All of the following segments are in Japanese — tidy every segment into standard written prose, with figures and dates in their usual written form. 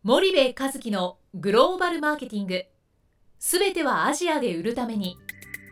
森部一樹のグローバルマーケティング、すべてはアジアで売るために。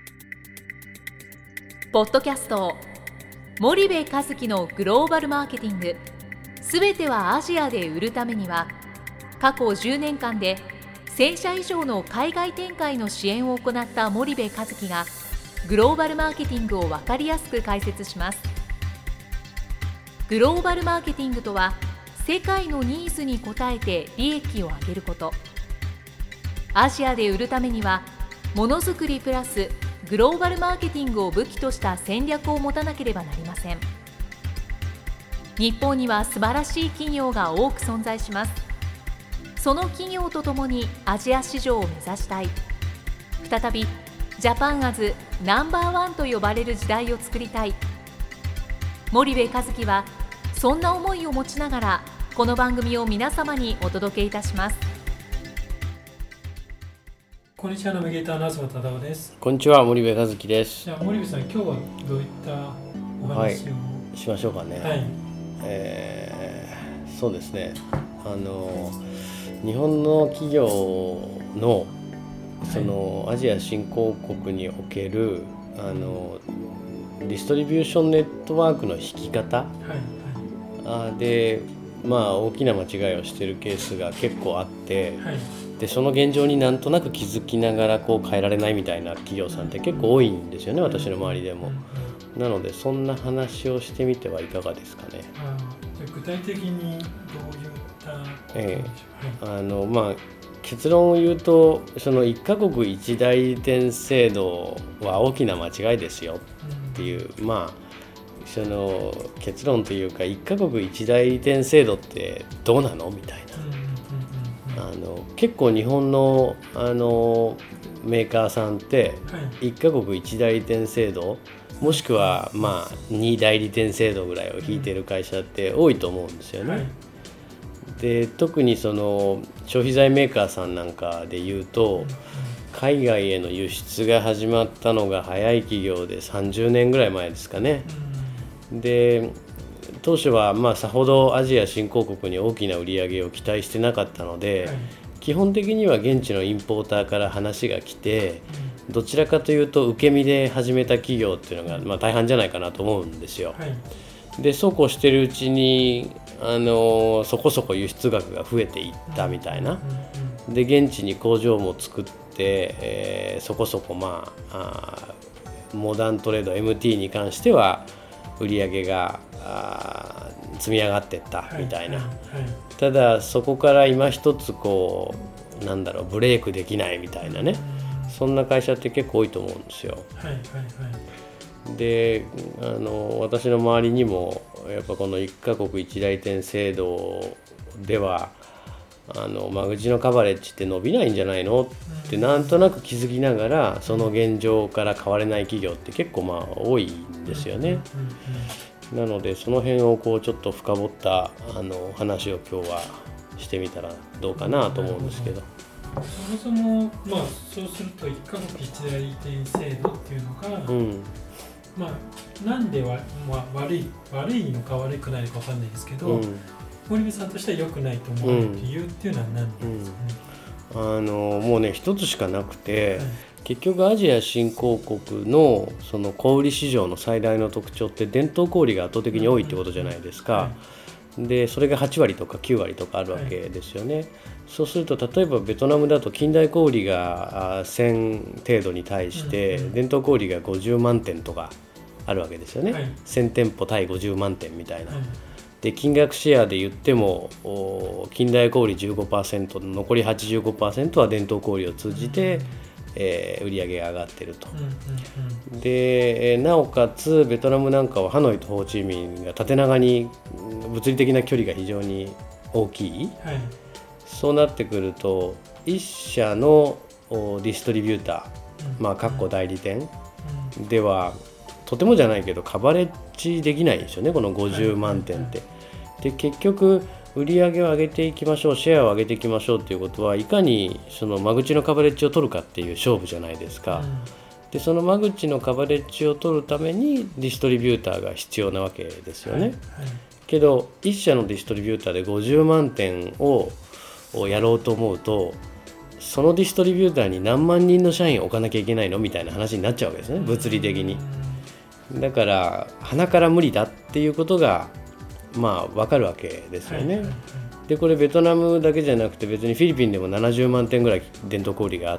ポッドキャスト森部一樹のグローバルマーケティング、すべてはアジアで売るためには、過去10年間で1000社以上の海外展開の支援を行った森部一樹がグローバルマーケティングを分かりやすく解説します。グローバルマーケティングとは、世界のニーズに応えて利益を上げること。アジアで売るためには、ものづくりプラスグローバルマーケティングを武器とした戦略を持たなければなりません。日本には素晴らしい企業が多く存在します。その企業とともにアジア市場を目指したい。再びジャパンアズナンバーワンと呼ばれる時代を作りたい。森部一樹はそんな思いを持ちながら、この番組を皆様にお届けいたします。 こんにちは、ナビゲーターの東忠夫です。 こんにちは、森部一樹です。 じゃあ森部さん、今日はどういったお話を、 しましょうかね。 はい。 そうですね。日本の企業のそのアジア新興国におけるディストリビューションネットワークの引き方、で、大きな間違いをしているケースが結構あって、でその現状になんとなく気づきながら変えられないみたいな企業さんって結構多いんですよね、私の周りでも。なのでそんな話をしてみてはいかがですかね。 じゃあ具体的にどういったことでしょう。 結論を言うと、その一カ国一代理店制度は大きな間違いですよっていう、その結論というか、一カ国一代理店制度ってどうなのみたいな。結構日本のメーカーさんって一カ国一代理店制度、もしくは二代理店制度ぐらいを引いている会社って多いと思うんですよね。で特にその消費財メーカーさんなんかで言うと、海外への輸出が始まったのが早い企業で30年ぐらい前ですかね。で当初はさほどアジア新興国に大きな売り上げを期待してなかったので、基本的には現地のインポーターから話が来て、どちらかというと受け身で始めた企業っていうのが大半じゃないかなと思うんですよ。でそうこうしてるうちにそこそこ輸出額が増えていったみたいな。で現地に工場も作って、そこそこモダントレード MT に関しては売り上げが積み上がっていったみたいな。ただそこから今一つブレイクできないみたいなね、そんな会社って結構多いと思うんですよ。で私の周りにもやっぱこの一カ国一代理店制度ではうちのカバレッジって伸びないんじゃないのってなんとなく気づきながら、その現状から変われない企業って結構多いんですよね。なのでその辺をちょっと深掘った話を今日はしてみたらどうかなと思うんですけど。 そもそもそうすると一カ国一代理店制度っていうのが、なんで悪いのか悪くないのか分かんないですけど、森部さんとしては良くないと思う理由っていうのは何なんですかね。 もうね一つしかなくて、結局アジア新興国のその小売市場の最大の特徴って伝統小売が圧倒的に多いってことじゃないですか。でそれが8割とか9割とかあるわけですよね。そうすると例えばベトナムだと近代小売が1000程度に対して伝統小売が50万点とかあるわけですよね。1000店舗対50万点みたいな。で金額シェアで言っても近代小売 15%、 残り 85% は伝統小売を通じて、売り上げが上がっていると。でなおかつベトナムなんかはハノイとホーチミンが縦長に物理的な距離が非常に大きい。そうなってくると一社のディストリビューター、かっこ代理店ではとてもじゃないけどカバレッジできないんですよね、この50万点って。で結局売り上げを上げていきましょう、シェアを上げていきましょうということは、いかにその間口のカバレッジを取るかっていう勝負じゃないですか。でその間口のカバレッジを取るためにディストリビューターが必要なわけですよね。けど1社のディストリビューターで50万点ををやろうと思うとそのディストリビューターに何万人の社員を置かなきゃいけないのみたいな話になっちゃうわけですね、物理的に。だから鼻から無理だっていうことがまあ分かるわけですよね。でこれベトナムだけじゃなくて別にフィリピンでも70万点ぐらい伝統小売があって、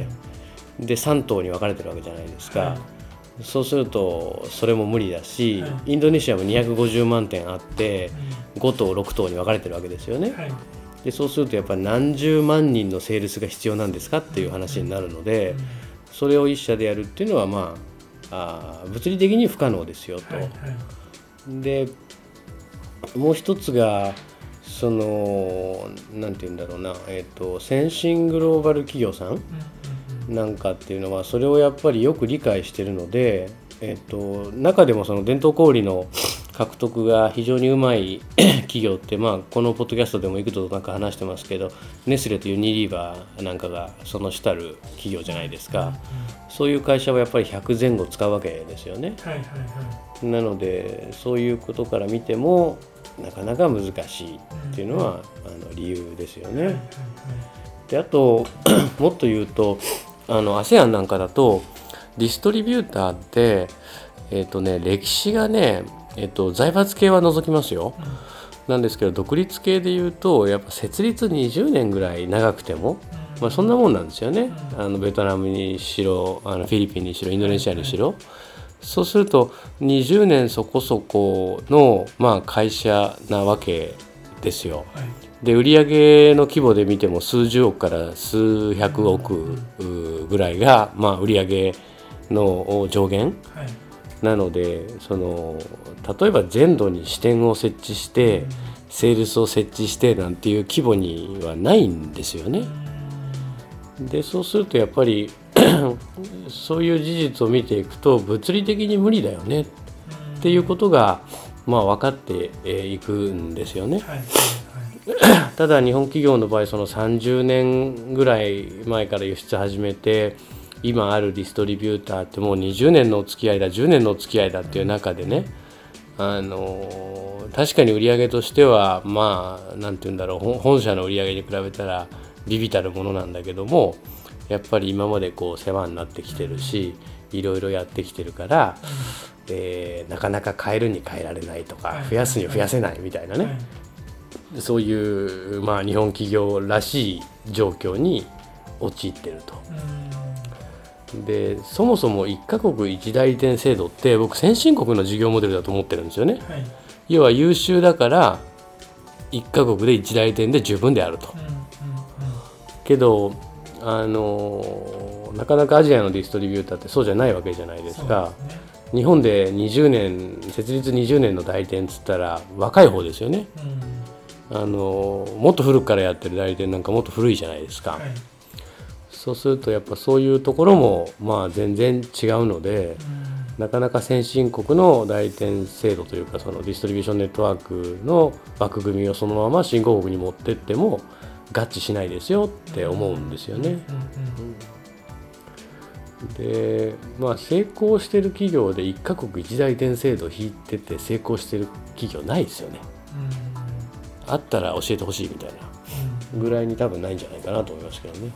で3島に分かれてるわけじゃないですか。そうするとそれも無理だし、インドネシアも250万点あって5島6島に分かれてるわけですよね。でそうするとやっぱり何十万人のセールスが必要なんですかっていう話になるので、それを一社でやるっていうのはまあ物理的に不可能ですよと。でもう一つがそのなんていうんだろうな、先進グローバル企業さんなんかっていうのはそれをやっぱりよく理解しているので、中でもその伝統小売の獲得が非常にうまい企業って、まあ、このポッドキャストでも幾度となく話してますけど、ネスレとユニリーバーなんかがその主たる企業じゃないですか。そういう会社はやっぱり100前後使うわけですよね。なのでそういうことから見てもなかなか難しいっていうのは理由ですよね。であともっと言うとASEAN なんかだとディストリビューターって歴史がね、財閥系は除きますよ、なんですけど独立系で言うとやっぱ設立20年ぐらい長くても、まあ、そんなもんなんですよね。ベトナムにしろフィリピンにしろインドネシアにしろ、そうすると20年そこそこの、まあ、会社なわけですよ。で売上の規模で見ても数十億から数百億ぐらいが、まあ、売上の上限、なので例えば全土に支店を設置してセールスを設置してなんていう規模にはないんですよね。でそうするとやっぱりそういう事実を見ていくと物理的に無理だよねっていうことが、まあ、分かっていくんですよね。ただ日本企業の場合その30年ぐらい前から輸出始めて今あるディストリビューターってもう20年のお付き合いだ10年のお付き合いだっていう中でね、確かに売上としてはまあなんていうんだろう、本社の売上に比べたら微々たるものなんだけども、やっぱり今までこう世話になってきてるしいろいろやってきてるから、なかなか変えるに変えられないとか増やすに増やせないみたいなね、そういう、まあ、日本企業らしい状況に陥ってると。でそもそも1カ国1代理店制度って僕先進国の事業モデルだと思ってるんですよね。要は優秀だから1カ国で1代理店で十分であると。けどなかなかアジアのディストリビューターってそうじゃないわけじゃないですか。日本で20年設立20年の代理店っつったら若い方ですよね。もっと古くからやってる代理店なんかもっと古いじゃないですか。そうするとやっぱそういうところもまあ全然違うので、なかなか先進国の代理店制度というかそのディストリビューションネットワークの枠組みをそのまま新興国に持ってっても合致しないですよって思うんですよね。で、まあ、成功してる企業で1カ国1代理店制度を引いてて成功してる企業ないですよね。あったら教えてほしいみたいなぐらいに多分ないんじゃないかなと思いますけどね。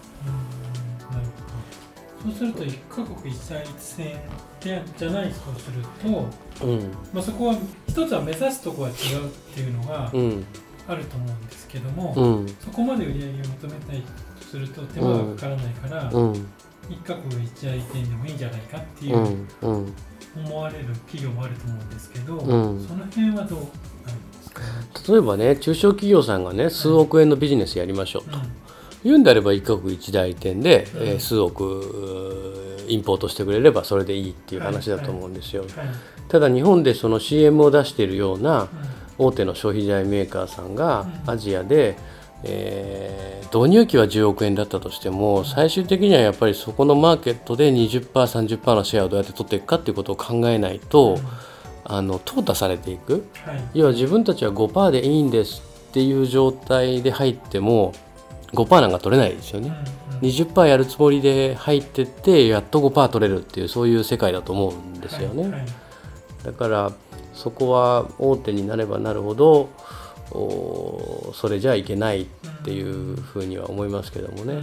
そうすると1カ国1代理店じゃないとすると、まあ、そこは一つは目指すところは違うっていうのがあると思うんですけども、そこまで売り上げを求めたいとすると手間がかからないから、1カ国1代理店でもいいんじゃないかっていう思われる企業もあると思うんですけど、その辺はどうなんですか？ 例えばね、中小企業さんがね数億円のビジネスやりましょうと、言うんであれば1カ国1代理店で、数億インポートしてくれればそれでいいっていう話だと思うんですよ。ただ日本でその CM を出しているような大手の消費財メーカーさんがアジアで、導入費は10億円だったとしても最終的にはやっぱりそこのマーケットで 20%、30% のシェアをどうやって取っていくかっていうことを考えないと、淘汰されていく、要は自分たちは 5% でいいんですっていう状態で入っても5% なんか取れないですよね。20% やるつもりで入ってってやっと 5% 取れるっていうそういう世界だと思うんですよね。だからそこは大手になればなるほどそれじゃいけないっていうふうには思いますけどもね。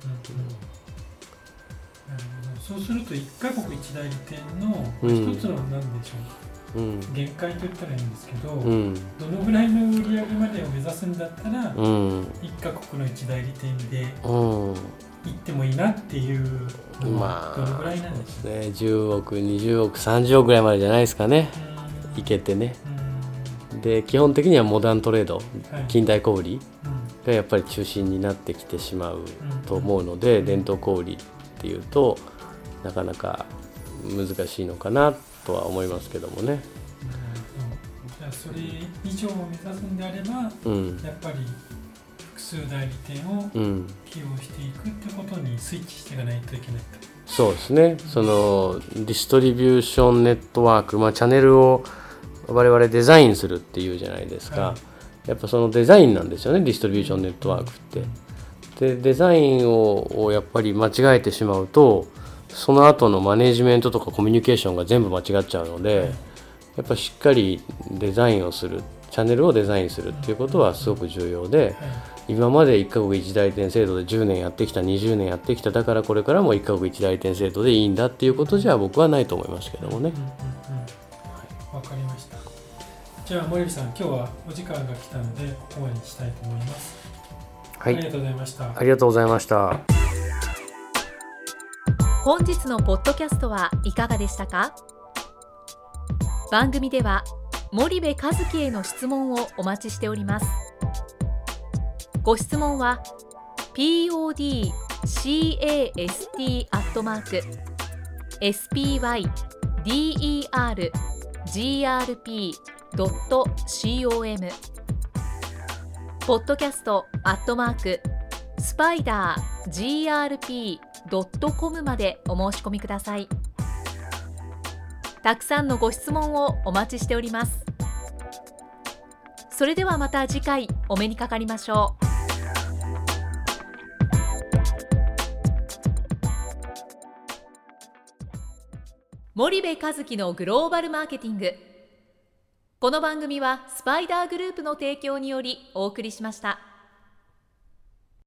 そうすると一カ国一代理店の一つの何でしょう、限界といったらいいんですけど、どのぐらいの売り上げまでを目指すんだったら、一カ国の一代理店で行ってもいいなっていうのはどのぐらいなんですかね。 10億20億30億ぐらいまでじゃないですかね、いけてね。で基本的にはモダントレード、近代小売がやっぱり中心になってきてしまうと思うので、伝統小売っていうとなかなか難しいのかなとは思いますけどもね。 じゃあそれ以上を目指すんであれば、やっぱり複数代理店を起用していくってことにスイッチしていかないといけないと。 そうですね。そのディストリビューションネットワーク、チャンネルを我々デザインするっていうじゃないですか、やっぱそのデザインなんですよね、ディストリビューションネットワークって。でデザインをやっぱり間違えてしまうと、その後のマネジメントとかコミュニケーションが全部間違っちゃうので、やっぱしっかりデザインをする、チャンネルをデザインするっていうことはすごく重要で、今まで一カ国一代理店制度で10年やってきた、20年やってきた、だからこれからも一カ国一代理店制度でいいんだっていうことじゃ僕はないと思いますけどもね。 わかりました。じゃあ森部さん、今日はお時間が来たのでここまでにしたいと思います。ありがとうございました。 ありがとうございました。 本日のポッドキャストはいかがでしたか？番組では森部一樹への質問をお待ちしております。ご質問は podcast@spydergrp.com podcast@spidergrp.com までお申し込みください。たくさんのご質問をお待ちしております。それではまた次回お目にかかりましょう。森部一樹のグローバルマーケティング。この番組はスパイダーグループの提供によりお送りしました。